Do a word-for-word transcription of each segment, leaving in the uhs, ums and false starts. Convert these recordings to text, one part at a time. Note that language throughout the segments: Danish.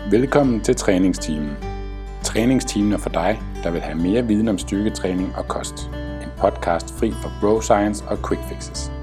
Velkommen til Træningsteamen. Træningsteamen er for dig, der vil have mere viden om styrketræning og kost. En podcast fri for bro science og quick fixes.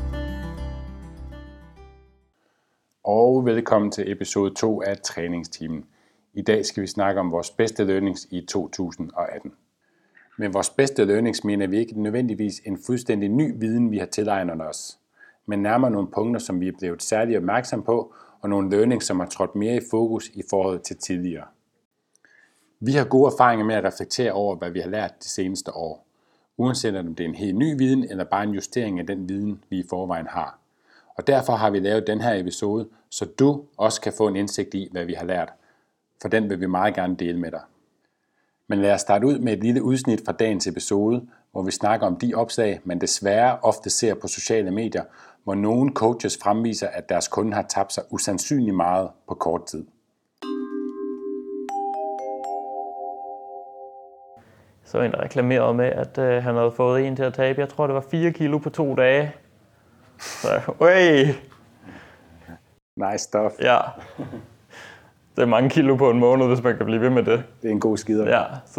Og velkommen til episode to af Træningsteamen. I dag skal vi snakke om vores bedste learnings i to tusind atten. Med vores bedste learnings mener vi ikke nødvendigvis en fuldstændig ny viden, vi har tilegnet os, men nærmere nogle punkter, som vi er blevet særlig opmærksom på, og nogle learnings, som har trådt mere i fokus i forhold til tidligere. Vi har gode erfaringer med at reflektere over, hvad vi har lært de seneste år, uanset om det er en helt ny viden, eller bare en justering af den viden, vi i forvejen har. Og derfor har vi lavet den her episode, så du også kan få en indsigt i, hvad vi har lært, for den vil vi meget gerne dele med dig. Men lad os starte ud med et lille udsnit fra dagens episode, hvor vi snakker om de opslag, man desværre ofte ser på sociale medier, hvor nogle coaches fremviser, at deres kunde har tabt sig usandsynligt meget på kort tid. Så en, der reklamerede med, at øh, han havde fået en til at tabe, jeg tror det var fire kilo på to dage. Så, øj! Nice stuff. Ja. Det er mange kilo på en måned, hvis man kan blive ved med det. Det er en god skider. Ja. Så...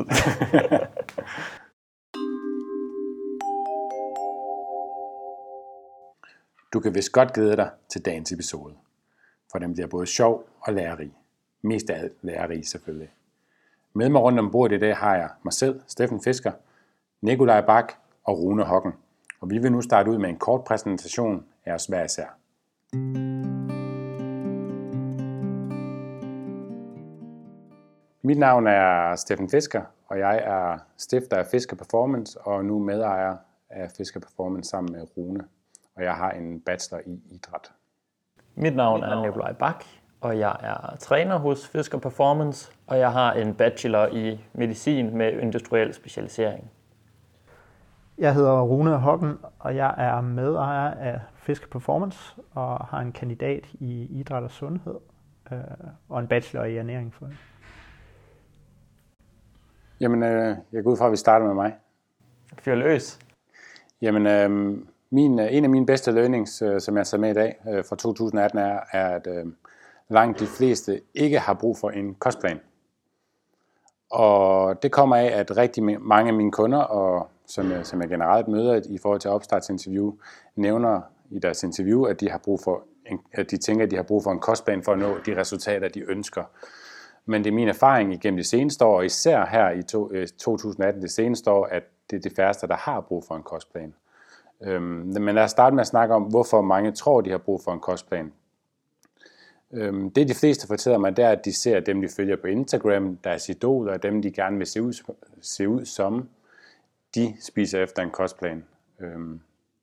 Du kan vist godt glæde dig til dagens episode, for den bliver både sjov og lærerig. Mest af alt lærerig selvfølgelig. Med mig rundt om bordet i dag har jeg mig selv, Steffen Fisker, Nikolaj Bak og Rune Hocken. Og vi vil nu starte ud med en kort præsentation af os hver især. Mit navn er Steffen Fisker, og jeg er stifter af Fisker Performance og nu medejer af Fisker Performance sammen med Rune. Og jeg har en bachelor i idræt. Mit navn er Nikolaj Bak, og jeg er træner hos Fisker Performance, og jeg har en bachelor i medicin med industriel specialisering. Jeg hedder Rune Hocken, og jeg er medejer af Fisker Performance og har en kandidat i idræt og sundhed øh, og en bachelor i ernæring for det. Jamen, øh, jeg går ud fra, at vi starter med mig. Fyr løs. Jamen, øh, min, en af mine bedste learnings, øh, som jeg tager med i dag øh, fra to tusind atten, er, er at øh, langt de fleste ikke har brug for en kostplan. Og det kommer af, at rigtig mange af mine kunder, og som jeg, som jeg generelt møder i forhold til opstartsinterview, nævner i deres interview, at de har brug for en, at de tænker, at de har brug for en kostplan for at nå de resultater, de ønsker. Men det er min erfaring igennem de seneste år, og især her i to, øh, to tusind atten, det seneste år, at det er de færreste, der har brug for en kostplan. Øhm, men lad os starte med at snakke om, hvorfor mange tror, de har brug for en kostplan. Øhm, det de fleste fortæller mig, det er, at de ser dem, de følger på Instagram, deres idoler, og dem, de gerne vil se ud, se ud som, de spiser efter en kostplan. Øhm,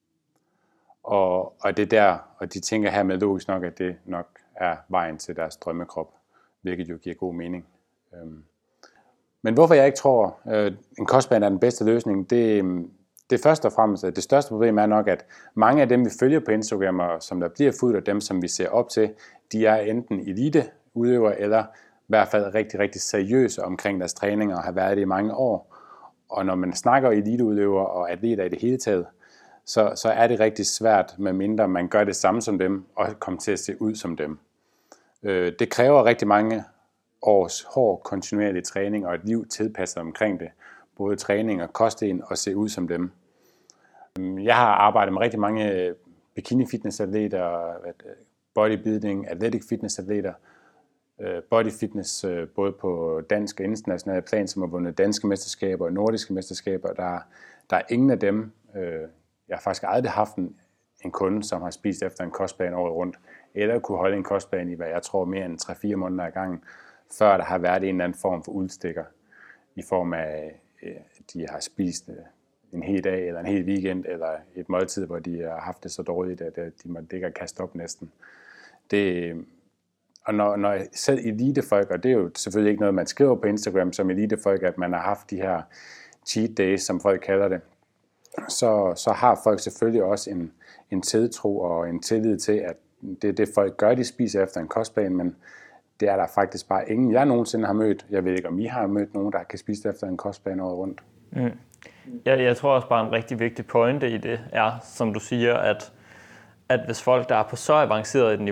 og, og det der, og de tænker her med logisk nok, at det nok er vejen til deres drømmekrop, hvilket jo giver god mening. Øhm, men hvorfor jeg ikke tror, at øh, en kostplan er den bedste løsning, det Det først og fremmest, det største problem er nok, at mange af dem, vi følger på Instagram, og som der bliver fulgt, og dem, som vi ser op til, de er enten eliteudøvere, eller i hvert fald rigtig, rigtig seriøse omkring deres træninger, og har været det i mange år. Og når man snakker eliteudøvere og atleter i det hele taget, så, så er det rigtig svært, medmindre man gør det samme som dem, og kommer til at se ud som dem. Øh, det kræver rigtig mange års hård, kontinuerlig træning, og et liv tilpasset omkring det. Både træning og kost ind og se ud som dem. Jeg har arbejdet med rigtig mange bikini-fitness-atleter, bodybuilding, athletic fitness-atleter, bodyfitness både på dansk og international plan, som har vundet danske mesterskaber og nordiske mesterskaber. Der, der er ingen af dem. Jeg har faktisk aldrig haft en, en kunde, som har spist efter en kostplan året rundt, eller kunne holde en kostplan i, hvad jeg tror, mere end tre fire måneder ad gangen, før der har været en eller anden form for udstikker, i form af de har spist en hel dag, eller en hel weekend, eller et måltid, hvor de har haft det så dårligt, at de må ligge og kaste op næsten. Det, og når, når selv elitefolk, og det er jo selvfølgelig ikke noget, man skriver på Instagram som elitefolk, at man har haft de her cheat days, som folk kalder det, så, så har folk selvfølgelig også en, en tiltro og en tillid til, at det er det, folk gør, de spiser efter en kostplan, men det er der faktisk bare ingen, jeg nogensinde har mødt. Jeg ved ikke, om I har mødt nogen, der kan spise efter en kostplan året rundt. Mm. Jeg, jeg tror også bare, en rigtig vigtig pointe i det er, som du siger, at, at hvis folk, der er på så avanceret et niveau,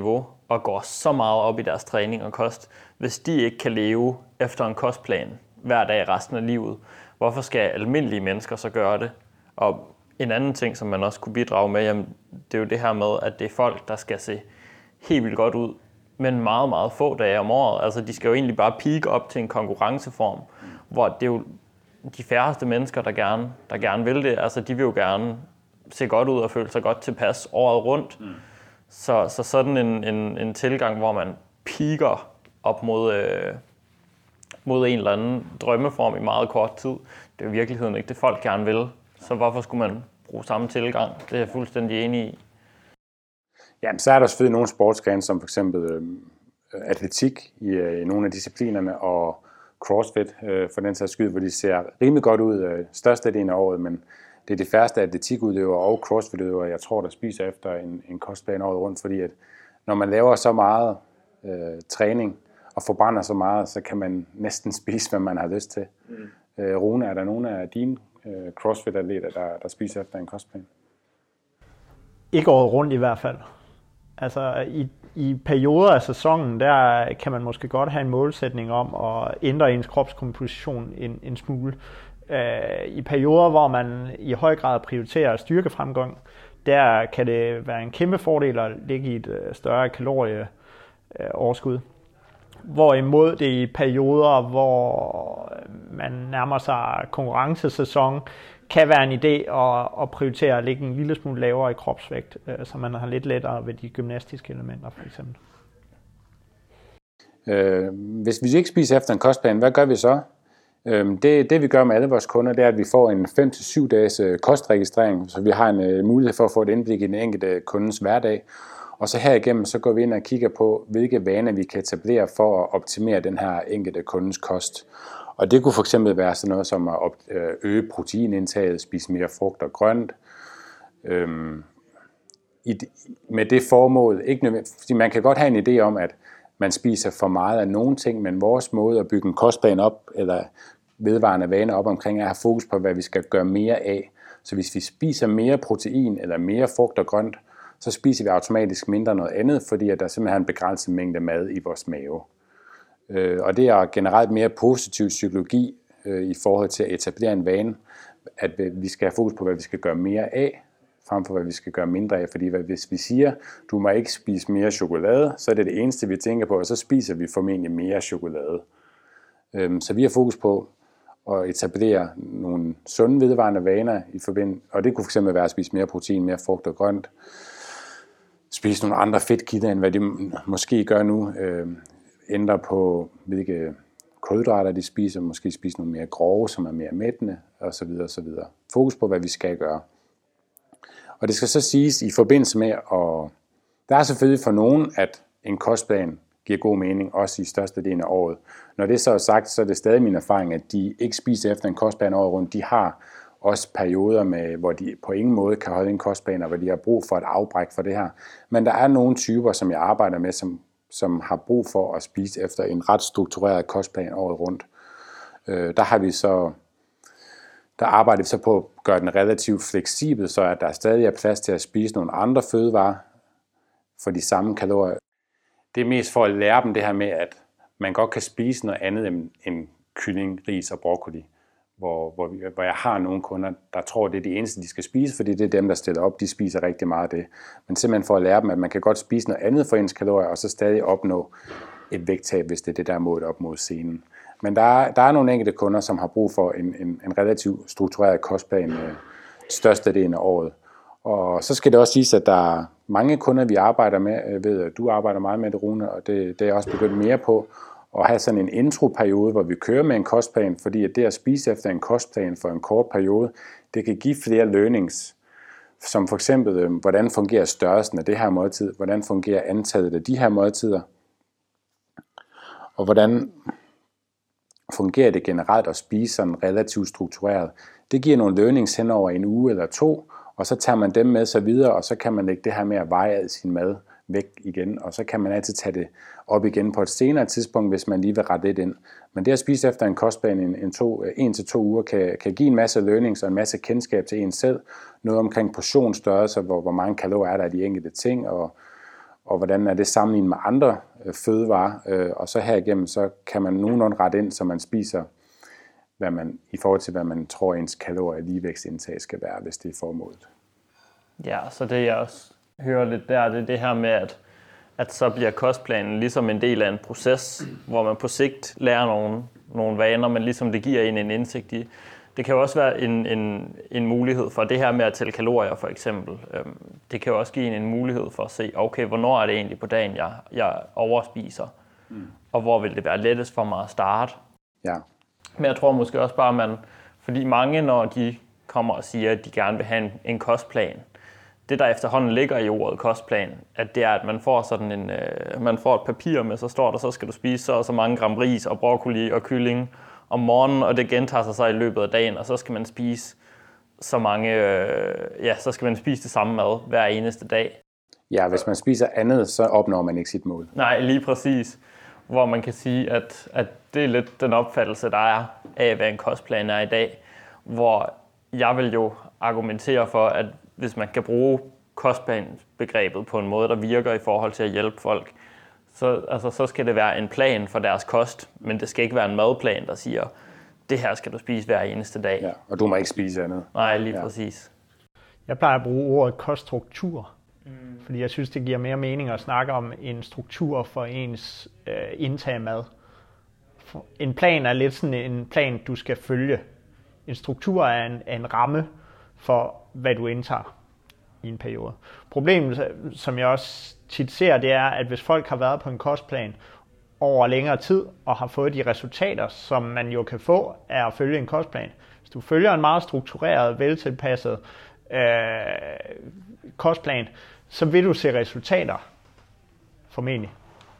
og går så meget op i deres træning og kost, hvis de ikke kan leve efter en kostplan hver dag resten af livet, hvorfor skal almindelige mennesker så gøre det? Og en anden ting, som man også kunne bidrage med, jamen, det er jo det her med, at det er folk, der skal se helt vildt godt ud, men meget, meget få dage om året. Altså, de skal jo egentlig bare peak op til en konkurrenceform, hvor det er jo de færreste mennesker, der gerne, der gerne vil det. Altså, de vil jo gerne se godt ud og føle sig godt tilpas året rundt. Mm. Så, så sådan en, en, en tilgang, hvor man peaker op mod, øh, mod en eller anden drømmeform i meget kort tid, det er i virkeligheden ikke det, folk gerne vil. Så hvorfor skulle man bruge samme tilgang? Det er jeg fuldstændig enig i. Jamen, så er der selvfølgelig nogle sportsgrene, som for eksempel øh, atletik i, øh, i nogle af disciplinerne, og crossfit øh, for den sags skyld, hvor de ser rimelig godt ud øh, størstedelen af året, men det er de færreste atletikudøvere og crossfit-udøvere, jeg tror, der spiser efter en, en kostplan året rundt, fordi at når man laver så meget øh, træning og forbrænder så meget, så kan man næsten spise, hvad man har lyst til. Mm. Øh, Rune, er der nogen af dine øh, crossfit-atleter, der, der spiser efter en kostplan? Ikke året rundt i hvert fald. Altså i, i perioder af sæsonen, der kan man måske godt have en målsætning om at ændre ens kropskomposition en, en smule. Øh, I perioder, hvor man i høj grad prioriterer styrkefremgang, der kan det være en kæmpe fordel at ligge i et større kalorieoverskud. Hvorimod det i perioder, hvor man nærmer sig konkurrencesæson, kan være en idé at, at prioritere at ligge en lille smule lavere i kropsvægt, så man har lidt lettere ved de gymnastiske elementer for eksempel. Øh, hvis vi ikke spiser efter en kostplan, hvad gør vi så? Øh, det, det vi gør med alle vores kunder, det er, at vi får en fem til syv dages kostregistrering, så vi har en uh, mulighed for at få et indblik i den enkelte kundens hverdag. Og så herigennem, så går vi ind og kigger på, hvilke vaner vi kan etablere for at optimere den her enkelte kundens kost. Og det kunne for eksempel være sådan noget som at øge proteinindtaget, spise mere frugt og grønt. Øhm, i, med det formål, ikke nødvendigt, fordi man kan godt have en idé om, at man spiser for meget af nogle ting, men vores måde at bygge en kostplan op, eller vedvarende vaner op omkring, er at have fokus på, hvad vi skal gøre mere af. Så hvis vi spiser mere protein eller mere frugt og grønt, så spiser vi automatisk mindre noget andet, fordi at der simpelthen er en begrænset mængde mad i vores mave. Øh, og det er generelt mere positiv psykologi øh, i forhold til at etablere en vane, at vi skal have fokus på, hvad vi skal gøre mere af, frem for hvad vi skal gøre mindre af. Fordi hvis vi siger, du må ikke spise mere chokolade, så er det det eneste, vi tænker på, og så spiser vi formentlig mere chokolade. Øh, så vi har fokus på at etablere nogle sunde vedvarende vaner i forbindelse, og det kunne fx være at spise mere protein, mere frugt og grønt, spise nogle andre fedtkilder, end hvad de måske gør nu, øh, ændre på, hvilke kulhydrater de spiser, måske spise nogle mere grove, som er mere mættende, osv. osv. Fokus på, hvad vi skal gøre. Og det skal så siges i forbindelse med, at der er selvfølgelig for nogen, at en kostplan giver god mening, også i størstedelen af året. Når det så er sagt, så er det stadig min erfaring, at de ikke spiser efter en kostplan året rundt. De har også perioder, med, hvor de på ingen måde kan holde en kostplan, og hvor de har brug for et afbræk for det her. Men der er nogle typer, som jeg arbejder med, som, som har brug for at spise efter en ret struktureret kostplan året rundt. Øh, der har vi så, der arbejder vi så på at gøre den relativt fleksibel, så at der stadig er plads til at spise nogle andre fødevarer for de samme kalorier. Det er mest for at lære dem det her med, at man godt kan spise noget andet end, end kylling, ris og broccoli. Hvor, hvor, vi, hvor jeg har nogle kunder, der tror, det er det eneste, de skal spise, fordi det er dem, der stiller op, de spiser rigtig meget af det. Men simpelthen for at lære dem, at man kan godt spise noget andet for ens kalorier, og så stadig opnå et vægttab, hvis det er det, der er målet op mod scenen. Men der er, der er nogle enkelte kunder, som har brug for en, en, en relativt struktureret kostplan øh, størstedelen af året. Og så skal det også siges, at der er mange kunder, vi arbejder med. Jeg ved, at du arbejder meget med det, Rune, og det, det er jeg også begyndt mere på. Og have sådan en introperiode, hvor vi kører med en kostplan, fordi at det at spise efter en kostplan for en kort periode, det kan give flere learnings, som for eksempel, hvordan fungerer størrelsen af det her måltid, hvordan fungerer antallet af de her måltider, og hvordan fungerer det generelt at spise sådan relativt struktureret. Det giver nogle learnings hen over en uge eller to, og så tager man dem med sig videre, og så kan man lægge det her med at veje af sin mad væk igen, og så kan man altid tage det op igen på et senere tidspunkt, hvis man lige vil rette lidt ind. Men det at spise efter en kostplan en, en, to, en til to uger kan, kan give en masse learnings og en masse kendskab til en selv. Noget omkring portionsstørrelse, hvor, hvor mange kalorier er der i de enkelte ting, og, og hvordan er det sammenlignet med andre øh, fødevarer, øh, og så herigennem, så kan man nogenlunde rette ind, så man spiser, hvad man, i forhold til, hvad man tror, ens kalorier ligevægtsindtag skal være, hvis det er formålet. Ja, så det jeg også hører lidt der, det er det her med, at, at så bliver kostplanen ligesom en del af en proces, hvor man på sigt lærer nogle, nogle vaner, men ligesom det giver en en indsigt i. Det kan jo også være en, en, en mulighed for det her med at tælle kalorier, for eksempel. Det kan jo også give en en mulighed for at se, okay, hvornår er det egentlig på dagen, jeg, jeg overspiser, mm. og hvor vil det være lettest for mig at starte. Ja. Men jeg tror måske også bare, at man, fordi mange, når de kommer og siger, at de gerne vil have en, en kostplan, det der efterhånden ligger i ordet kostplan, at det er, at man får sådan en, øh, man får et papir med, så står der, så skal du spise så og så mange gram ris og broccoli og kylling om morgenen, og det gentager sig så i løbet af dagen, og så skal man spise så mange, øh, ja, så skal man spise det samme mad hver eneste dag. Ja, hvis man spiser andet, så opnår man ikke sit mål. Nej, lige præcis. Hvor man kan sige, at, at det er lidt den opfattelse, der er af, hvad en kostplan er i dag. Hvor jeg vil jo argumentere for, at hvis man kan bruge kostplanbegrebet på en måde, der virker i forhold til at hjælpe folk, så, altså, så skal det være en plan for deres kost, men det skal ikke være en madplan, der siger, det her skal du spise hver eneste dag. Ja, og du må ikke spise andet. Nej, lige ja. præcis. Jeg plejer at bruge ordet koststruktur, mm. fordi jeg synes, det giver mere mening at snakke om en struktur for ens øh, indtag af mad. En plan er lidt sådan en plan, du skal følge. En struktur er en, er en ramme for, hvad du indtager i en periode. Problemet, som jeg også tit ser, det er, at hvis folk har været på en kostplan over længere tid og har fået de resultater, som man jo kan få af at følge en kostplan. Hvis du følger en meget struktureret, veltilpasset øh, kostplan, så vil du se resultater, formentlig.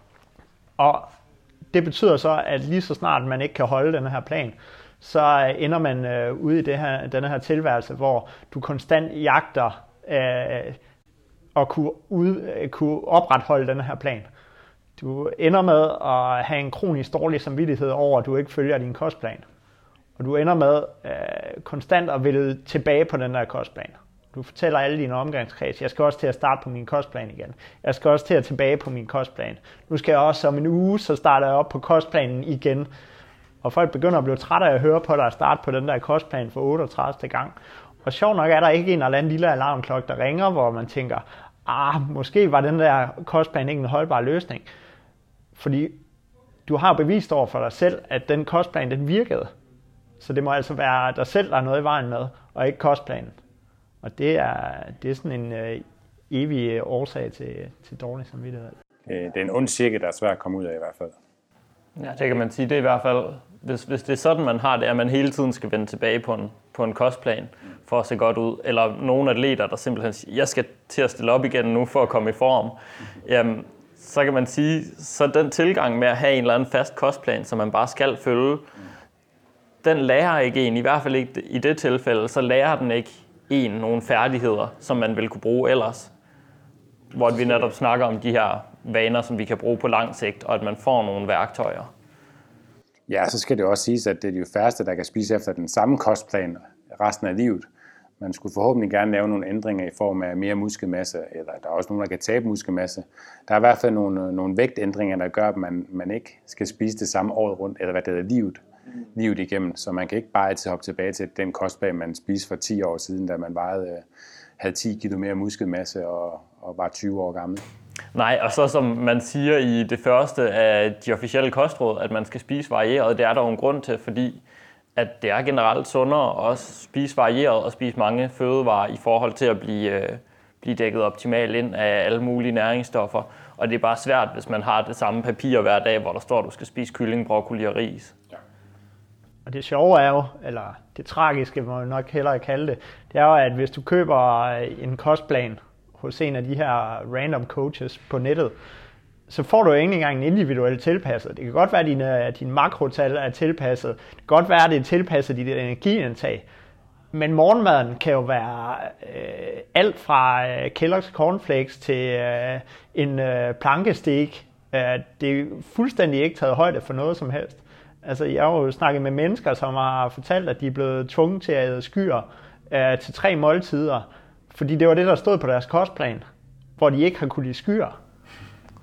Og det betyder så, at lige så snart man ikke kan holde den her plan, så ender man øh, ude i det her, denne her tilværelse, hvor du konstant jagter øh, at kunne, ud, øh, kunne opretholde denne her plan. Du ender med at have en kronisk dårlig samvittighed over, at du ikke følger din kostplan. Og du ender med øh, konstant at ville tilbage på den der kostplan. Du fortæller alle dine omgangskreds, jeg skal også til at starte på min kostplan igen. Jeg skal også til at tilbage på min kostplan. Nu skal jeg også om en uge, så starter jeg op på kostplanen igen. Og folk begynder at blive trætte af at høre på dig og starte på den der kostplan for otteogtredivte gang. Og sjovt nok er der ikke en eller anden lille alarmklokke, der ringer, hvor man tænker, ah, måske var den der kostplan ikke en holdbar løsning. Fordi du har bevist over for dig selv, at den kostplan, den virkede. Så det må altså være dig selv, der er noget i vejen med, og ikke kostplanen. Og det er, det er sådan en øh, evig årsag til, til dårlig samvittighed. Det er en ond cirkel, der er svært at komme ud af i hvert fald. Ja, det kan man sige. Det er i hvert fald, hvis, hvis det er sådan, man har det, at man hele tiden skal vende tilbage på en, på en kostplan for at se godt ud. Eller nogle atleter, der simpelthen siger, jeg skal til at stille op igen nu for at komme i form. Jamen, så kan man sige, så den tilgang med at have en eller anden fast kostplan, som man bare skal følge, den lærer ikke en, i hvert fald ikke i det tilfælde, så lærer den ikke en nogle færdigheder, som man vil kunne bruge ellers. Hvor vi netop snakker om de her vaner, som vi kan bruge på lang sigt, og at man får nogle værktøjer. Ja, så skal det også siges, at det er de færreste, der kan spise efter den samme kostplan resten af livet. Man skulle forhåbentlig gerne lave nogle ændringer i form af mere muskelmasse, eller der er også nogen, der kan tabe muskelmasse. Der er i hvert fald nogle, nogle vægtændringer, der gør, at man, man ikke skal spise det samme året rundt, eller hvad det hedder, livet, livet igennem. Så man kan ikke bare altid hoppe tilbage til den kostplan, man spiste for ti år siden, da man vejede, havde ti kilo mere muskelmasse og, og var tyve år gammel. Nej, og så som man siger i det første af de officielle kostråd, at man skal spise varieret, det er der jo en grund til, fordi at det er generelt sundere at også spise varieret og spise mange fødevarer i forhold til at blive, øh, blive dækket optimalt ind af alle mulige næringsstoffer. Og det er bare svært, hvis man har det samme papir hver dag, hvor der står, at du skal spise kylling, broccoli og ris. Ja. Og det sjove er jo, eller det tragiske må jeg nok hellere kalde det, det er jo, at hvis du køber en kostplan hos en af de her random coaches på nettet, så får du jo ikke engang en individuel tilpasset. Det kan godt være, at dine, dine makrotal er tilpasset. Det kan godt være, at det er tilpasset dit energiindtag. Men morgenmaden kan jo være øh, alt fra øh, Kellogg's Cornflakes til øh, en øh, plankestek. Øh, det er fuldstændig ikke taget højde for noget som helst. Altså, jeg har jo snakket med mennesker, som har fortalt, at de er blevet tvunget til at æde skyer øh, til tre måltider, fordi det var det, der stod på deres kostplan, hvor de ikke har kunnet lide skyer.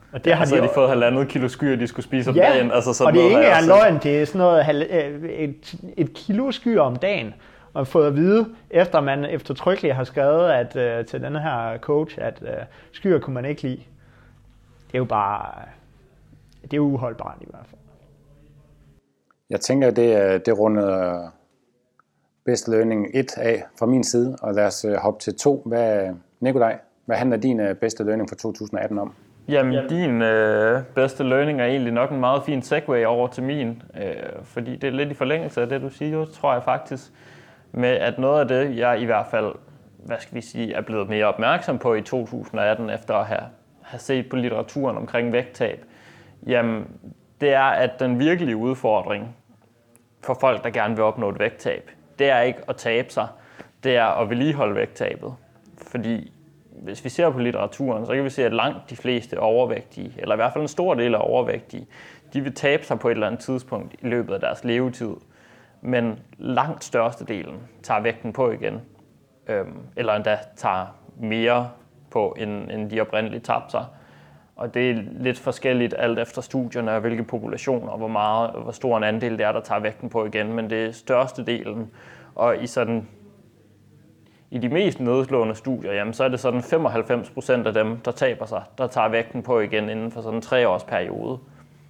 Og det har så de, har de fået halvandet kilo skyer, de skulle spise om ja, dagen. Altså sådan og det er noget ikke her, er løgn, det er sådan noget, et, et kilo skyer om dagen. Og fået at vide, efter man eftertrykkeligt har skrevet at, uh, til denne her coach, at uh, skyer kunne man ikke lide. Det er jo bare, det er uholdbart i hvert fald. Jeg tænker, det, det runder Best Learning et af fra min side, og lad os hoppe til to. Hvad, Nikolaj, hvad handler din bedste learning for to tusind atten om? Jamen, Jamen. din øh, bedste learning er egentlig nok en meget fin segue over til min, øh, fordi det er lidt i forlængelse af det, du siger, tror jeg faktisk, med at noget af det, jeg i hvert fald, hvad skal vi sige, er blevet mere opmærksom på i to tusind atten, efter at have, have set på litteraturen omkring vægttab, jamen, det er, at den virkelige udfordring for folk, der gerne vil opnå et vægttab, det er ikke at tabe sig, det er at vedligeholde vægttabet. Fordi hvis vi ser på litteraturen, så kan vi se, at langt de fleste overvægtige, eller i hvert fald en stor del af overvægtige, de vil tabe sig på et eller andet tidspunkt i løbet af deres levetid. Men langt størstedelen tager vægten på igen, øhm, eller endda tager mere på, end, end de oprindeligt tabte sig. Og det er lidt forskelligt alt efter studierne og hvilke populationer, hvor meget, hvor stor en andel det er, der tager vægten på igen. Men det er størstedelen, og i sådan i de mest nedslående studier, jamen, så er det sådan femoghalvfems procent af dem, der taber sig, der tager vægten på igen inden for sådan en tre års periode.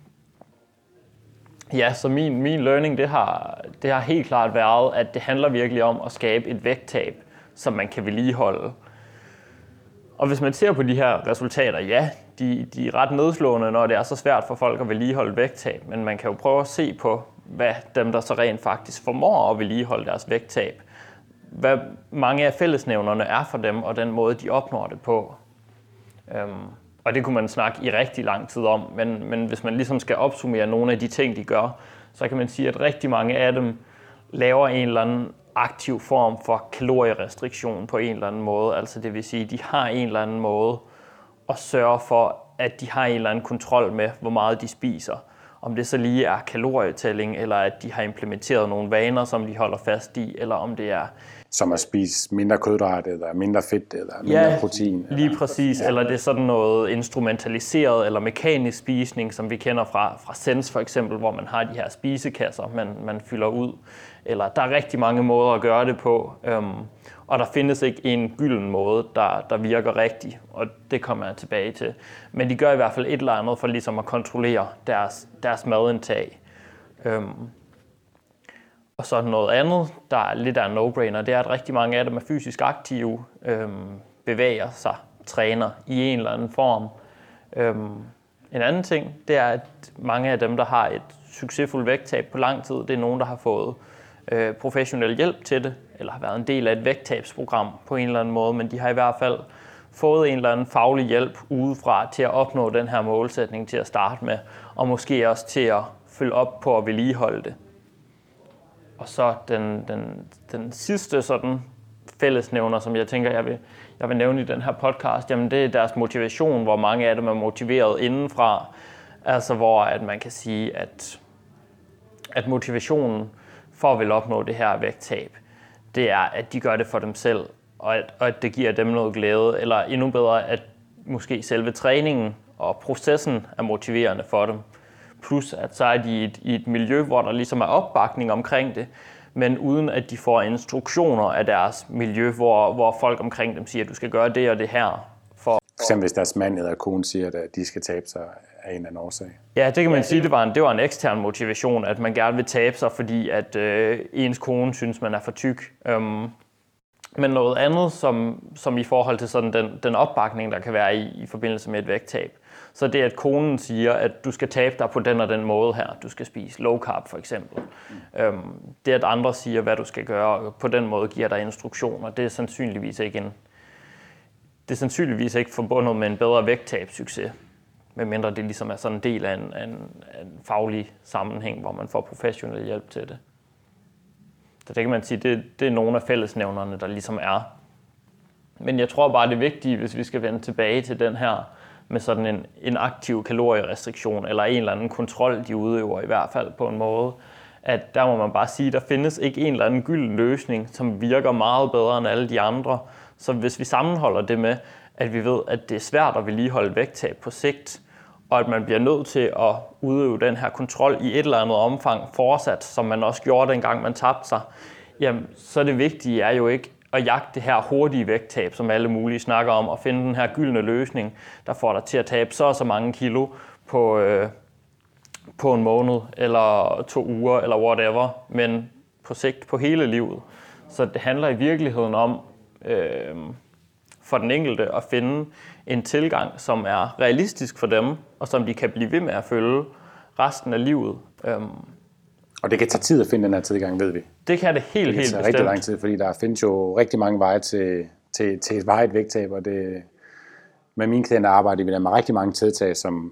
Ja, så min, min learning, det har, det har helt klart været, at det handler virkelig om at skabe et vægttab, som man kan vedligeholde. Og hvis man ser på de her resultater, ja, de, de er ret nedslående, når det er så svært for folk at vedligeholde vægttab, men man kan jo prøve at se på, hvad dem, der så rent faktisk formår at vedligeholde deres vægttab, hvad mange af fællesnævnerne er for dem, og den måde, de opnår det på. Øhm, og det kunne man snakke i rigtig lang tid om, men, men hvis man ligesom skal opsummere nogle af de ting, de gør, så kan man sige, at rigtig mange af dem laver en eller anden aktiv form for kalorierestriktion på en eller anden måde. Altså det vil sige, at de har en eller anden måde at sørge for, at de har en eller anden kontrol med, hvor meget de spiser. Om det så lige er kalorietælling, eller at de har implementeret nogle vaner, som de holder fast i, eller om det er... Som at spise mindre kulhydrat, eller mindre fedt, eller mindre ja, protein. Lige eller... præcis. Ja. Eller det er sådan noget instrumentaliseret eller mekanisk spisning, som vi kender fra, fra Sense for eksempel, hvor man har de her spisekasser, man, man fylder ud. Eller der er rigtig mange måder at gøre det på, øhm, og der findes ikke en gylden måde, der, der virker rigtig, og det kommer jeg tilbage til. Men de gør i hvert fald et eller andet for ligesom at kontrollere deres, deres madindtag. Øhm, og så noget andet, der er lidt af en no-brainer, det er, at rigtig mange af dem er fysisk aktive, øhm, bevæger sig, træner i en eller anden form. Øhm, en anden ting, det er, at mange af dem, der har et succesfuldt vægttab på lang tid, det er nogen, der har fået øh, professionel hjælp til det, eller har været en del af et vægttabsprogram på en eller anden måde, men de har i hvert fald fået en eller anden faglig hjælp udefra til at opnå den her målsætning til at starte med, og måske også til at følge op på at vedligeholde det. Og så den, den, den sidste sådan fællesnævner, som jeg tænker, jeg vil, jeg vil nævne i den her podcast, jamen det er deres motivation, hvor mange af dem er motiveret indenfra. Altså hvor at man kan sige, at, at motivationen for at vil opnå det her vægttab, det er, at de gør det for dem selv, og at, og at det giver dem noget glæde, eller endnu bedre, at måske selve træningen og processen er motiverende for dem. Plus at så er de i et, i et miljø, hvor der ligesom er opbakning omkring det, men uden at de får instruktioner af deres miljø, hvor, hvor folk omkring dem siger, at du skal gøre det og det her. For, for eksempel hvis deres mand eller kone siger, at de skal tabe sig af en eller anden årsag. Ja, det kan man sige, det var en, det var en ekstern motivation, at man gerne vil tabe sig, fordi at øh, ens kone synes, man er for tyk. Um, men noget andet, som, som i forhold til sådan den, den opbakning, der kan være i, i forbindelse med et vægttab, så det, at konen siger, at du skal tabe dig på den og den måde her, du skal spise low carb for eksempel. Mm. Um, det, at andre siger, hvad du skal gøre, på den måde giver dig instruktioner, det er sandsynligvis ikke en, det er sandsynligvis ikke forbundet med en bedre vægttabssucces, medmindre det ligesom er sådan en del af en, en, en faglig sammenhæng, hvor man får professionel hjælp til det. Så det kan man sige, det, det er nogle af fællesnævnerne, der ligesom er. Men jeg tror bare, det er vigtigt, hvis vi skal vende tilbage til den her, med sådan en, en aktiv kalorierestriktion, eller en eller anden kontrol, de udøver i hvert fald på en måde, at der må man bare sige, at der findes ikke en eller anden gylden løsning, som virker meget bedre end alle de andre. Så hvis vi sammenholder det med, at vi ved, at det er svært at vedligeholde vægttab på sigt, og at man bliver nødt til at udøve den her kontrol i et eller andet omfang fortsat, som man også gjorde dengang man tabte sig, jamen, så det vigtige er jo ikke at jagte det her hurtige vægttab, som alle mulige snakker om, og finde den her gyldne løsning, der får dig til at tabe så og så mange kilo på, øh, på en måned, eller to uger, eller whatever, men på sigt på hele livet. Så det handler i virkeligheden om øh, for den enkelte at finde en tilgang, som er realistisk for dem, og som de kan blive ved med at følge resten af livet. Øhm, Og det kan tage tid at finde den her tilgang, ved vi. Det kan det helt, det kan helt tage bestemt. rigtig lang tid, fordi der findes jo rigtig mange veje til, til, til et vejet vægttab, og det, med mine klienter arbejder vi der med rigtig mange tiltag, som,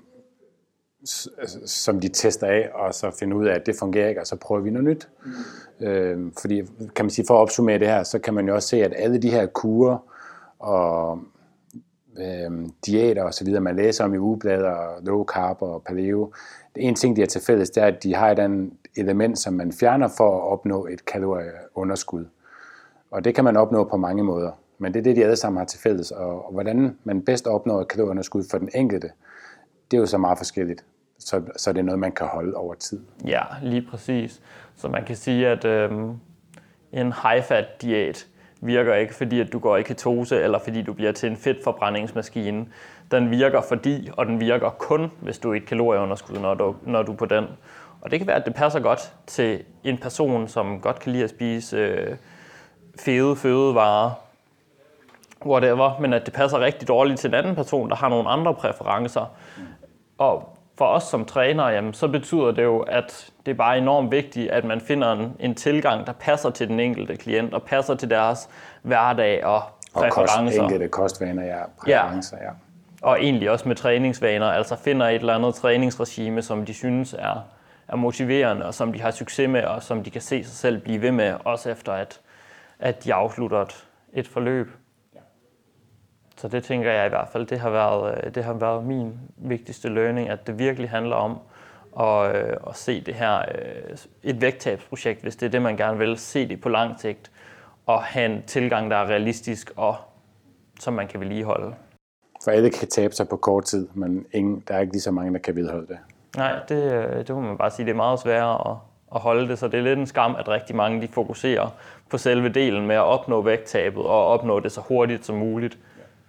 som de tester af, og så finder ud af, at det fungerer ikke, og så prøver vi noget nyt. Mm. Øh, fordi, kan man sige, for at opsummere det her, så kan man jo også se, at alle de her kurer og øh, diæter og så videre, man læser om i ugeblader, og low carb og paleo, det ene ting, de har til fælles, det er, at de har et andet element, som man fjerner for at opnå et kalorieunderskud. Og det kan man opnå på mange måder. Men det er det, de alle sammen har til fælles. Og, og hvordan man bedst opnår et kalorieunderskud for den enkelte, det er jo så meget forskelligt. Så, så det er noget, man kan holde over tid. Ja, lige præcis. Så man kan sige, at øhm, en high-fat-diæt virker ikke, fordi at du går i ketose, eller fordi du bliver til en fedtforbrændingsmaskine. Den virker fordi, og den virker kun, hvis du er i et kalorieunderskud, når du, når du er på den. Og det kan være, at det passer godt til en person, som godt kan lide at spise øh, fede fødevarer, whatever, men at det passer rigtig dårligt til en anden person, der har nogle andre præferencer. Og for os som trænere, jamen, så betyder det jo, at det er bare enormt vigtigt, at man finder en, en tilgang, der passer til den enkelte klient, og passer til deres hverdag og præferencer. Og kost, enkelte kostvaner, ja, præferencer, ja. ja. Og egentlig også med træningsvaner, altså finder et eller andet træningsregime, som de synes er, er motiverende, og som de har succes med, og som de kan se sig selv blive ved med, også efter at, at de afslutter et, et forløb. Ja. Så det tænker jeg i hvert fald, det har været, det har været min vigtigste learning, at det virkelig handler om at, at se det her, et vægttabsprojekt, hvis det er det, man gerne vil, se det på lang sigt, og have en tilgang, der er realistisk, og som man kan vedligeholde. For alle kan tabe sig på kort tid, men ingen, der er ikke lige så mange, der kan vedholde det. Nej, det, det må man bare sige, det er meget sværere at, at holde det, så det er lidt en skam, at rigtig mange de fokuserer på selve delen med at opnå vægttabet og opnå det så hurtigt som muligt.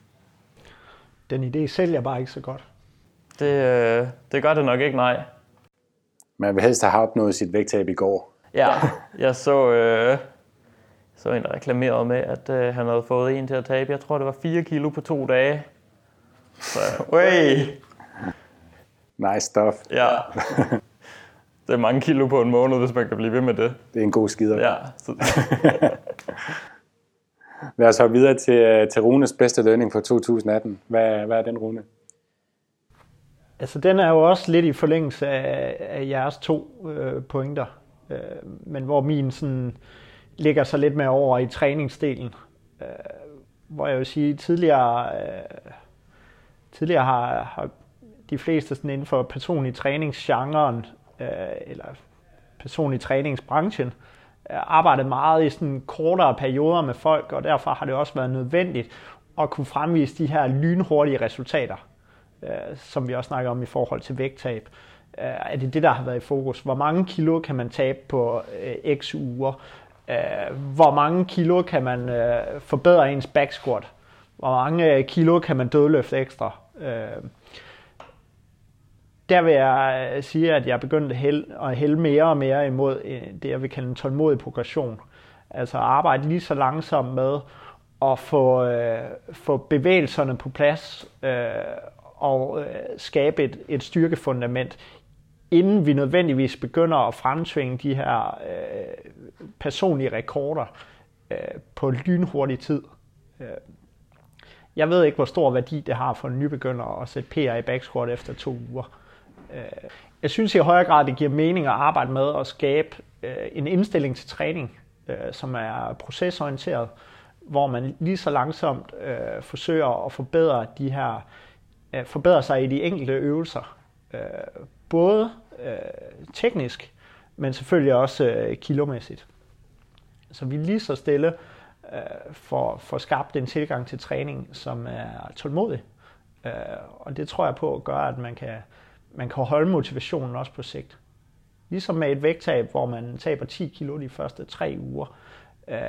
Den idé sælger bare ikke så godt. Det, det gør det nok ikke, nej. Man vil helst have opnået sit vægttab i går. Ja, jeg så, øh, så en, der reklamerede med, at øh, han havde fået en til at tabe, jeg tror det var fire kilo på to dage. Så, wey. Nice stuff. Ja. Det er mange kilo på en måned, hvis man kan blive ved med det. Det er en god skider. Ja. Så... Lad os hoppe videre til, til Runes bedste learning for to tusind atten. Hvad, hvad er den, Rune? Altså, den er jo også lidt i forlængelse af, af jeres to øh, pointer. Øh, men hvor min sådan ligger sig lidt mere over i træningsdelen. Øh, hvor jeg vil sige, tidligere, øh, tidligere har, har de fleste sådan inden for personlig træningsgenren, øh, eller personlig træningsbranchen, arbejdet meget i sådan kortere perioder med folk, og derfor har det også været nødvendigt at kunne fremvise de her lynhurtige resultater, øh, som vi også snakker om i forhold til vægttab. Øh, er det det, der har været i fokus? Hvor mange kilo kan man tabe på øh, x uger? Øh, hvor mange kilo kan man øh, forbedre ens back squat? Hvor mange kilo kan man dødløfte ekstra? Øh, Der vil jeg sige, at jeg er begyndt at hælde, at hælde mere og mere imod det, jeg vil kalde en tålmodig progression. Altså arbejde lige så langsomt med at få, øh, få bevægelserne på plads øh, og øh, skabe et, et styrkefundament, inden vi nødvendigvis begynder at fremtvinge de her øh, personlige rekorder øh, på lynhurtig tid. Jeg ved ikke, hvor stor værdi det har for en nybegynder at sætte P R i back squat efter to uger. Jeg synes i højere grad, det giver mening at arbejde med at skabe en indstilling til træning, som er procesorienteret, hvor man lige så langsomt forsøger at forbedre de her, forbedre sig i de enkelte øvelser. Både teknisk, men selvfølgelig også kilomæssigt. Så vi lige så stille får, får skabt en tilgang til træning, som er tålmodig, Øh, og det tror jeg på at gøre, at man kan, man kan holde motivationen også på sigt. Ligesom med et vægttab, hvor man taber ti kilo de første tre uger. Øh,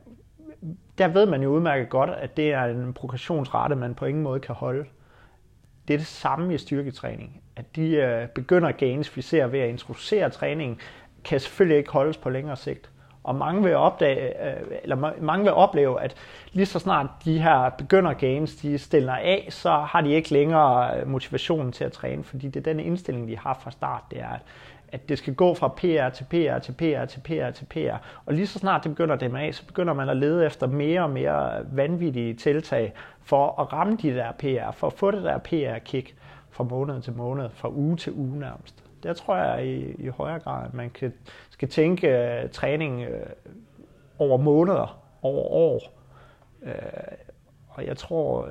der ved man jo udmærket godt, at det er en progressionsrate, man på ingen måde kan holde. Det er det samme i styrketræning. At de øh, begynder gains, vi ser ved at introducere træningen, kan selvfølgelig ikke holdes på længere sigt. Og mange vil, opdage, øh, eller mange vil opleve, at lige så snart de her begynder gains, de stiller af, så har de ikke længere motivationen til at træne, fordi det er den indstilling, de har fra start, det er, at, at det skal gå fra P R til P R til P R til P R til P R. Og lige så snart det begynder at dæmme af, så begynder man at lede efter mere og mere vanvittige tiltag for at ramme de der P R, for at få det der P R-kick fra måned til måned, fra uge til uge nærmest. Der tror jeg i, i højere grad, at man kan, skal tænke uh, træning uh, over måneder, over år. Uh, og jeg tror, uh,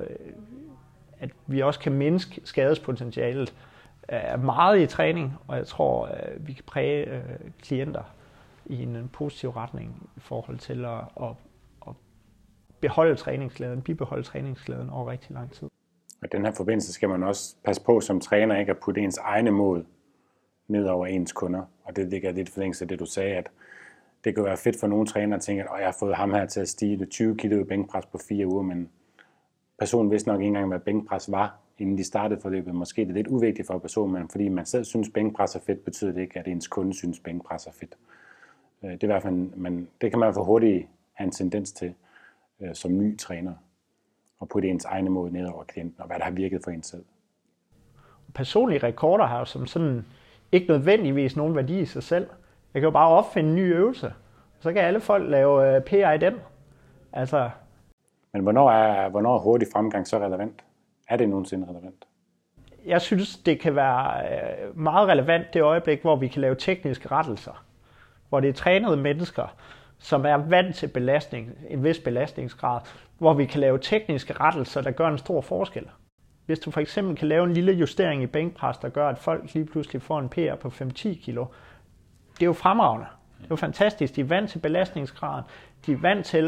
at vi også kan mindske skadespotentialet uh, meget i træning, og jeg tror, uh, vi kan præge uh, klienter i en, en positiv retning i forhold til at, at, at beholde træningsglæden, bibeholde træningsglæden over rigtig lang tid. Og i den her forbindelse skal man også passe på som træner ikke at putte ens egne mål ned over ens kunder. Og det ligger lidt forlængelse af det, du sagde, at det kan være fedt for nogle trænere at tænke, at jeg har fået ham her til at stige tyve kilo i bænkpres på fire uger, men personen vidste nok ikke engang, hvad bænkpres var, inden de startede forløbet. Måske det er lidt uvigtigt for personen, men fordi man selv synes, bænkpres er fedt, betyder det ikke, at ens kunde synes, bænkpres er fedt. Det, er i hvert fald, man, det kan man for hurtigt have en tendens til som ny træner, at putte ens egne mål ned over klienten, og hvad der har virket for en selv. Personlige rekorder har jo som sådan ikke nødvendigvis nogen værdi i sig selv. Jeg kan jo bare opfinde en ny øvelse, så kan alle folk lave P R i den. Altså. Men hvornår er, hvornår er hurtig fremgang så relevant? Er det nogensinde relevant? Jeg synes, det kan være meget relevant det øjeblik, hvor vi kan lave tekniske rettelser. Hvor det er trænede mennesker, som er vant til belastning, en vis belastningsgrad, hvor vi kan lave tekniske rettelser, der gør en stor forskel. Hvis du for eksempel kan lave en lille justering i bænkpres, der gør, at folk lige pludselig får en P R på fem til ti kilo, det er jo fremragende. Det er jo fantastisk. De er vant til belastningsgraden. De er vant til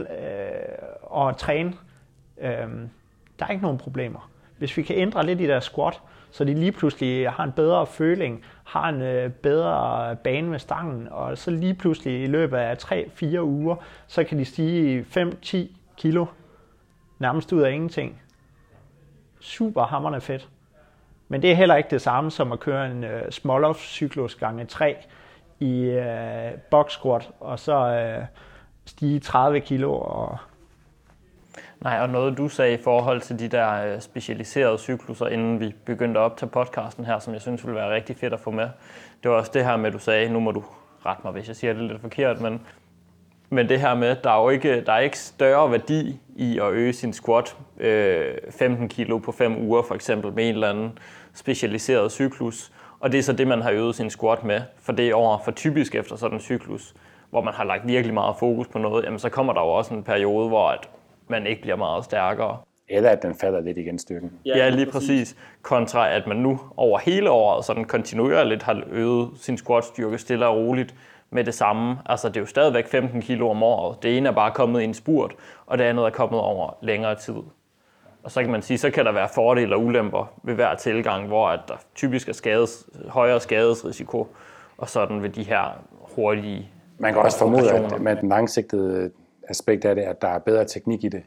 øh, at træne. Øh, der er ikke nogen problemer. Hvis vi kan ændre lidt i deres squat, så de lige pludselig har en bedre føling, har en øh, bedre bane med stangen, og så lige pludselig i løbet af tre til fire uger, så kan de stige fem til ti kilo nærmest ud af ingenting. Super hamrende fedt. Men det er heller ikke det samme som at køre en uh, Smolov cyklus gange tre i uh, box squat, og så uh, stige tredive kilo. Og... Nej, og noget du sagde i forhold til de der uh, specialiserede cykluser, inden vi begyndte at optage podcasten her, som jeg synes ville være rigtig fedt at få med. Det var også det her med, du sagde, nu må du rette mig, hvis jeg siger det lidt forkert, men Men det her med, der er jo ikke, der er ikke større værdi i at øge sin squat øh, femten kilo på fem uger, for eksempel med en eller anden specialiseret cyklus. Og det er så det, man har øvet sin squat med. For det er over for typisk efter sådan en cyklus, hvor man har lagt virkelig meget fokus på noget, jamen så kommer der jo også en periode, hvor at man ikke bliver meget stærkere. Eller at den falder lidt igen styrken. Ja, lige præcis. Kontra at man nu over hele året sådan kontinuerligt har øget sin squat-styrke stille og roligt, med det samme. Altså det er jo stadigvæk femten kilo om året. Det ene er bare kommet i en spurt, og det andet er kommet over længere tid. Og så kan man sige, så kan der være fordele og ulemper ved hver tilgang, hvor at der typisk er skades, højere skadesrisiko, og sådan ved de her hurtige. Man kan også formode, at med den langsigtede aspekt af det, at der er bedre teknik i det.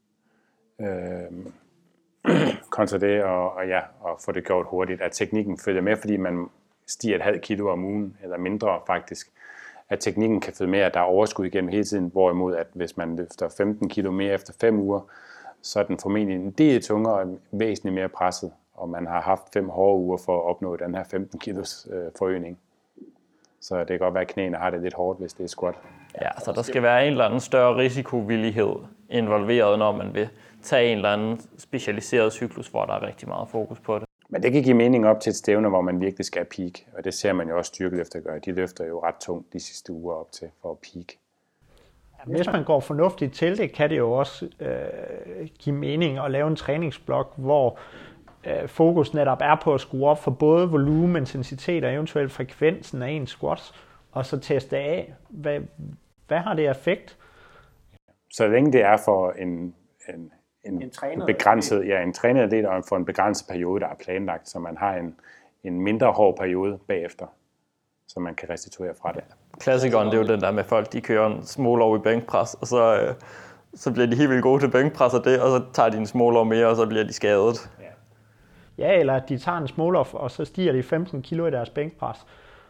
Øh, kontra det, og, og ja, og få det gjort hurtigt, at teknikken følger med, fordi man stiger et halvt kilo om ugen, eller mindre faktisk, at teknikken kan følge med, at der er overskud igennem hele tiden, hvorimod at hvis man løfter femten kilo mere efter fem uger, så er den formentlig en del tungere og væsentligt mere presset, og man har haft fem hårde uger for at opnå den her femten kilos øh, forøgning. Så det kan godt være, at knæene har det lidt hårdt, hvis det er squat. Ja, så der skal være en eller anden større risikovillighed involveret, når man vil tage en eller anden specialiseret cyklus, hvor der er rigtig meget fokus på det. Men det kan give mening op til et stævne, hvor man virkelig skal peak, og det ser man jo også styrkeløfter gøre. De løfter jo ret tungt de sidste uger op til for at peak. Hvis man går fornuftigt til det, kan det jo også øh, give mening at lave en træningsblok, hvor øh, fokus netop er på at skrue op for både volumen, intensitet og eventuelt frekvensen af ens squats, og så teste af, hvad, hvad har det effekt? Så længe det er for en, en, en, en, en begrænset, ja, en trænet del og for en begrænset periode, der er planlagt, så man har en, en mindre hård periode bagefter, så man kan restituere fra det. Klassikeren, det er jo den der med folk, de kører en small over i bænkpres, og så, øh, så bliver de helt vildt gode til bænkpres og det, og så tager de en small over mere, og så bliver de skadet. Ja, ja, eller de tager en small off, og så stiger de femten kilo i deres bænkpres.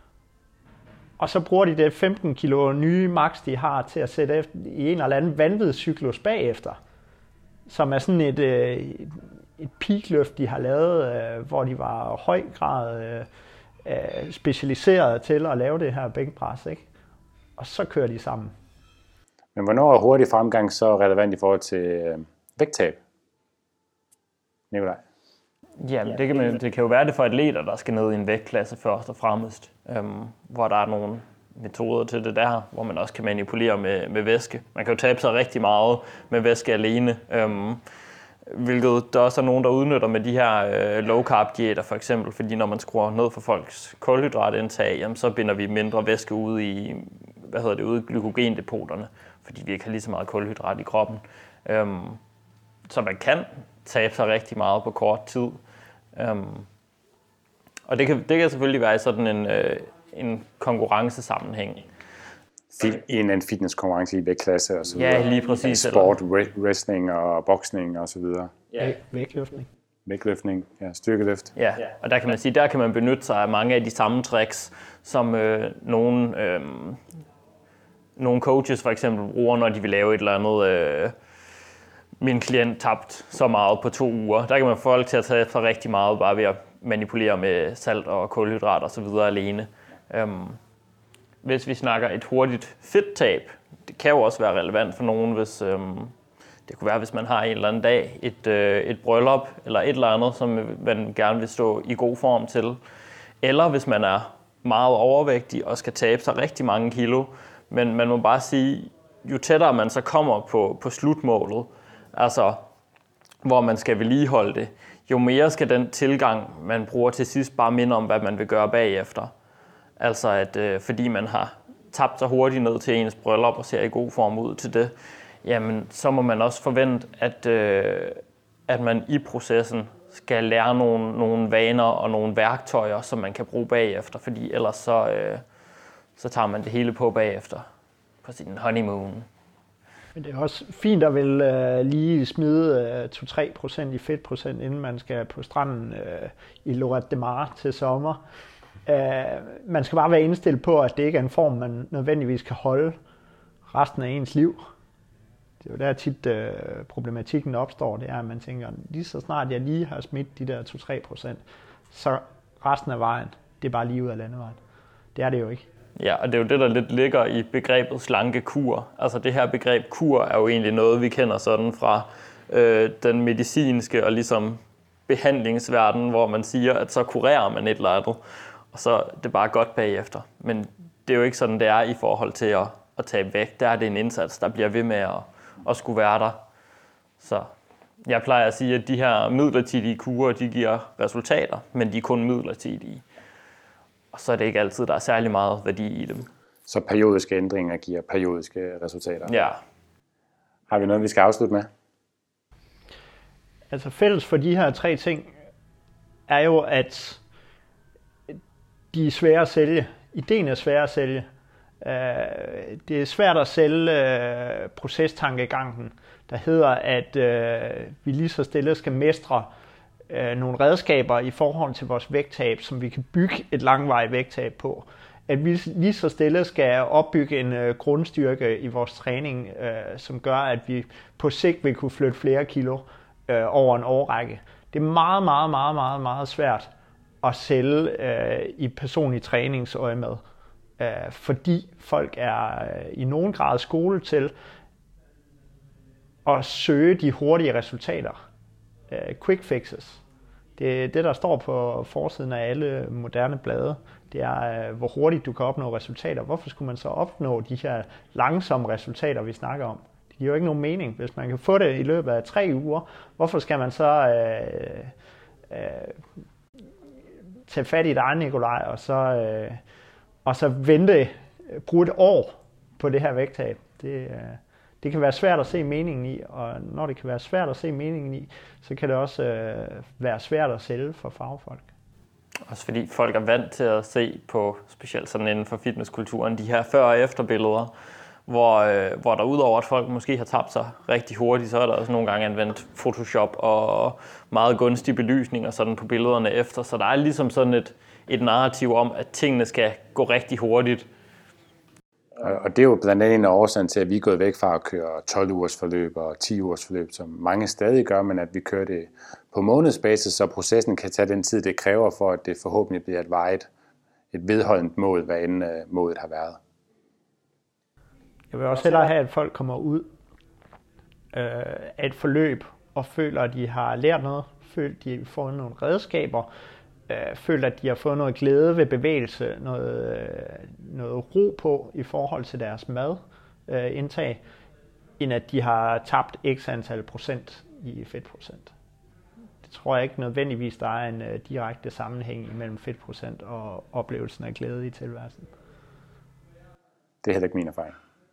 Og så bruger de det femten kilo nye max, de har til at sætte efter, i en eller anden vanvidscyklus bagefter, som er sådan et, et, et peakløft, de har lavet, hvor de var i høj grad specialiseret til at lave det her bænkpres, ikke? Og så kører de sammen. Men hvornår er hurtig fremgang så relevant i forhold til øh, vægttab? Nikolaj? Jamen, det kan, man, det kan jo være det for atleter, der skal ned i en vægtklasse først og fremmest, øhm, hvor der er nogle metoder til det der, hvor man også kan manipulere med, med væske. Man kan jo tabe sig rigtig meget med væske alene, øhm, hvilket der også er nogen, der udnytter med de her øh, low carb diæter for eksempel, fordi når man skruer ned for folks kulhydratindtag, jamen, så binder vi mindre væske ude i, hvad hedder det, ude i glykogendepoterne, fordi vi ikke har lige så meget kulhydrat i kroppen. Øhm, så man kan tabe sig rigtig meget på kort tid. Um, og det kan, det kan selvfølgelig være i sådan en, øh, en konkurrencesammenhæng. I en anden fitnesskonkurrence i vægtklasse og så videre. Ja, lige præcis. Sport, wrestling og boksning og så videre. Ja, vægtløftning. Vægtløftning, ja, styrkeløft. Ja, og der kan man sige, der kan man benytte sig af mange af de samme tricks, som øh, nogle, øh, nogle coaches for eksempel bruger, når de vil lave et eller andet... Øh, min klient tabt så meget på to uger. Der kan man få folk til at tage sig rigtig meget bare ved at manipulere med salt og kulhydrat og så videre alene. Um, hvis vi snakker et hurtigt fedttab, det kan jo også være relevant for nogen, hvis um, det kunne være, hvis man har en eller anden dag et, øh, et bryllup eller et eller andet, som man gerne vil stå i god form til. Eller hvis man er meget overvægtig og skal tabe sig rigtig mange kilo. Men man må bare sige, jo tættere man så kommer på, på slutmålet, altså hvor man skal vedligeholde det, jo mere skal den tilgang, man bruger til sidst, bare minde om, hvad man vil gøre bagefter. Altså at øh, fordi man har tabt sig hurtigt ned til ens bryllup og ser i god form ud til det, jamen så må man også forvente, at, øh, at man i processen skal lære nogle, nogle vaner og nogle værktøjer, som man kan bruge bagefter, fordi ellers så, øh, så tager man det hele på bagefter på sin honeymoon. Men det er også fint at vel øh, lige smide øh, to til tre procent i fedtprocent, inden man skal på stranden øh, i Lloret de Mar til sommer. Øh, man skal bare være indstillet på, at det ikke er en form, man nødvendigvis kan holde resten af ens liv. Det er jo der tit øh, problematikken opstår, det er, at man tænker, lige så snart jeg lige har smidt de der to til tre procent, så resten af vejen, det er bare lige ud af landevejen. Det er det jo ikke. Ja, og det er jo det, der lidt ligger i begrebet slankekur. Altså det her begreb kur er jo egentlig noget, vi kender sådan fra øh, den medicinske og ligesom behandlingsverden, hvor man siger, at så kurerer man et eller andet, og så er det bare godt bagefter. Men det er jo ikke sådan, det er i forhold til at, at tabe vægt. Der er det en indsats, der bliver ved med at, at skulle være der. Så jeg plejer at sige, at de her midlertidige kurer, de giver resultater, men de er kun midlertidige. Og så er det ikke altid, der er særlig meget værdi i dem. Så periodiske ændringer giver periodiske resultater. Ja. Har vi noget, vi skal afslutte med? Altså fælles for de her tre ting er jo, at de er svære at sælge. Ideen er svær at sælge. Det er svært at sælge procestankegangen, der hedder, at vi lige så stille skal mestre nogle redskaber i forhold til vores vægttab, som vi kan bygge et langvarigt vægttab på. At vi lige så stille skal opbygge en grundstyrke i vores træning, som gør, at vi på sigt vil kunne flytte flere kilo over en årrække. Det er meget, meget, meget, meget, meget svært at sælge i personlig træningsøjemed, fordi folk er i nogen grad skolet til at søge de hurtige resultater. Quick fixes. Det er det, der står på forsiden af alle moderne blade. Det er, hvor hurtigt du kan opnå resultater. Hvorfor skulle man så opnå de her langsomme resultater, vi snakker om? Det giver jo ikke nogen mening. Hvis man kan få det i løbet af tre uger, hvorfor skal man så øh, øh, tage fat i dig, Nikolaj, og så, øh, og så vente, bruge et år på det her vægttab? Det, øh, det kan være svært at se meningen i, og når det kan være svært at se meningen i, så kan det også øh, være svært at sælge for fagfolk. Også fordi folk er vant til at se på, specielt sådan inden for fitnesskulturen, de her før- og efterbilleder, hvor, øh, hvor der udover at folk måske har tabt sig rigtig hurtigt, så er der også nogle gange anvendt Photoshop og meget gunstig belysning og sådan på billederne efter. Så der er ligesom sådan et, et narrativ om, at tingene skal gå rigtig hurtigt. Og det er jo blandt andet en af årsagen til, at vi er gået væk fra at køre tolv ugers forløb og ti ugers forløb, som mange stadig gør, men at vi kører det på månedsbasis, så processen kan tage den tid, det kræver for, at det forhåbentlig bliver et vejet, et vedholdent mål, hvad end målet har været. Jeg vil også hellere have, at folk kommer ud øh, af et forløb og føler, at de har lært noget, føler, at de får nogle redskaber, øh, føler, at de har fået noget glæde ved bevægelse, noget, øh, noget ro på i forhold til deres madindtag, øh, end at de har tabt x antal procent i fedtprocent. Det tror jeg ikke nødvendigvis, der er en øh, direkte sammenhæng mellem fedtprocent og oplevelsen af glæde i tilværelsen. Det er heller ikke min erfaring.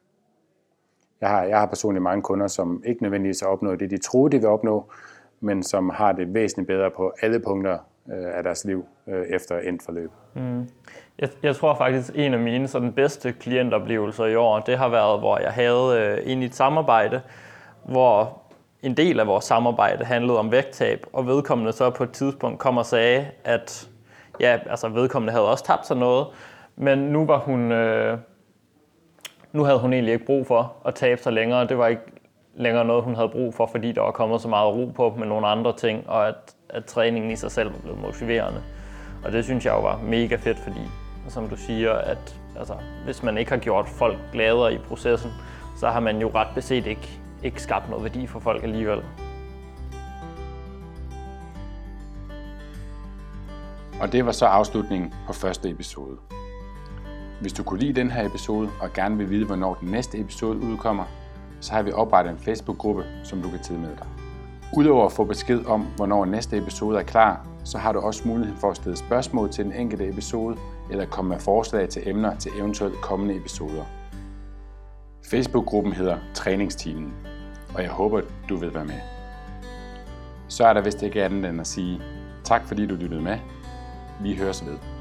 Jeg har, jeg har personligt mange kunder, som ikke nødvendigvis har opnået det, de troede, de vil opnå, men som har det væsentligt bedre på alle punkter øh, af deres liv øh, efter endt forløb. Mm. Jeg, jeg tror faktisk, en af mine sådan, bedste klientoplevelser i år, det har været, hvor jeg havde øh, ind i et samarbejde, hvor en del af vores samarbejde handlede om vægttab, og vedkommende så på et tidspunkt kom og sagde, at ja, altså vedkommende havde også tabt sig noget, men nu var hun... Øh, Nu havde hun egentlig ikke brug for at tabe sig længere. Det var ikke længere noget, hun havde brug for, fordi der var kommet så meget ro på med nogle andre ting, og at, at træningen i sig selv var blevet motiverende. Og det synes jeg jo var mega fedt, fordi, som du siger, at altså, hvis man ikke har gjort folk gladere i processen, så har man jo ret beset ikke, ikke skabt noget værdi for folk alligevel. Og det var så afslutningen på første episode. Hvis du kunne lide den her episode og gerne vil vide, hvornår den næste episode udkommer, så har vi oprettet en Facebook-gruppe, som du kan tilmelde dig. Udover at få besked om, hvornår næste episode er klar, så har du også mulighed for at stille spørgsmål til den enkelte episode, eller komme med forslag til emner til eventuelt kommende episoder. Facebook-gruppen hedder Træningsteamen, og jeg håber, du vil være med. Så er der vist ikke andet end at sige tak, fordi du lyttede med. Vi høres ved.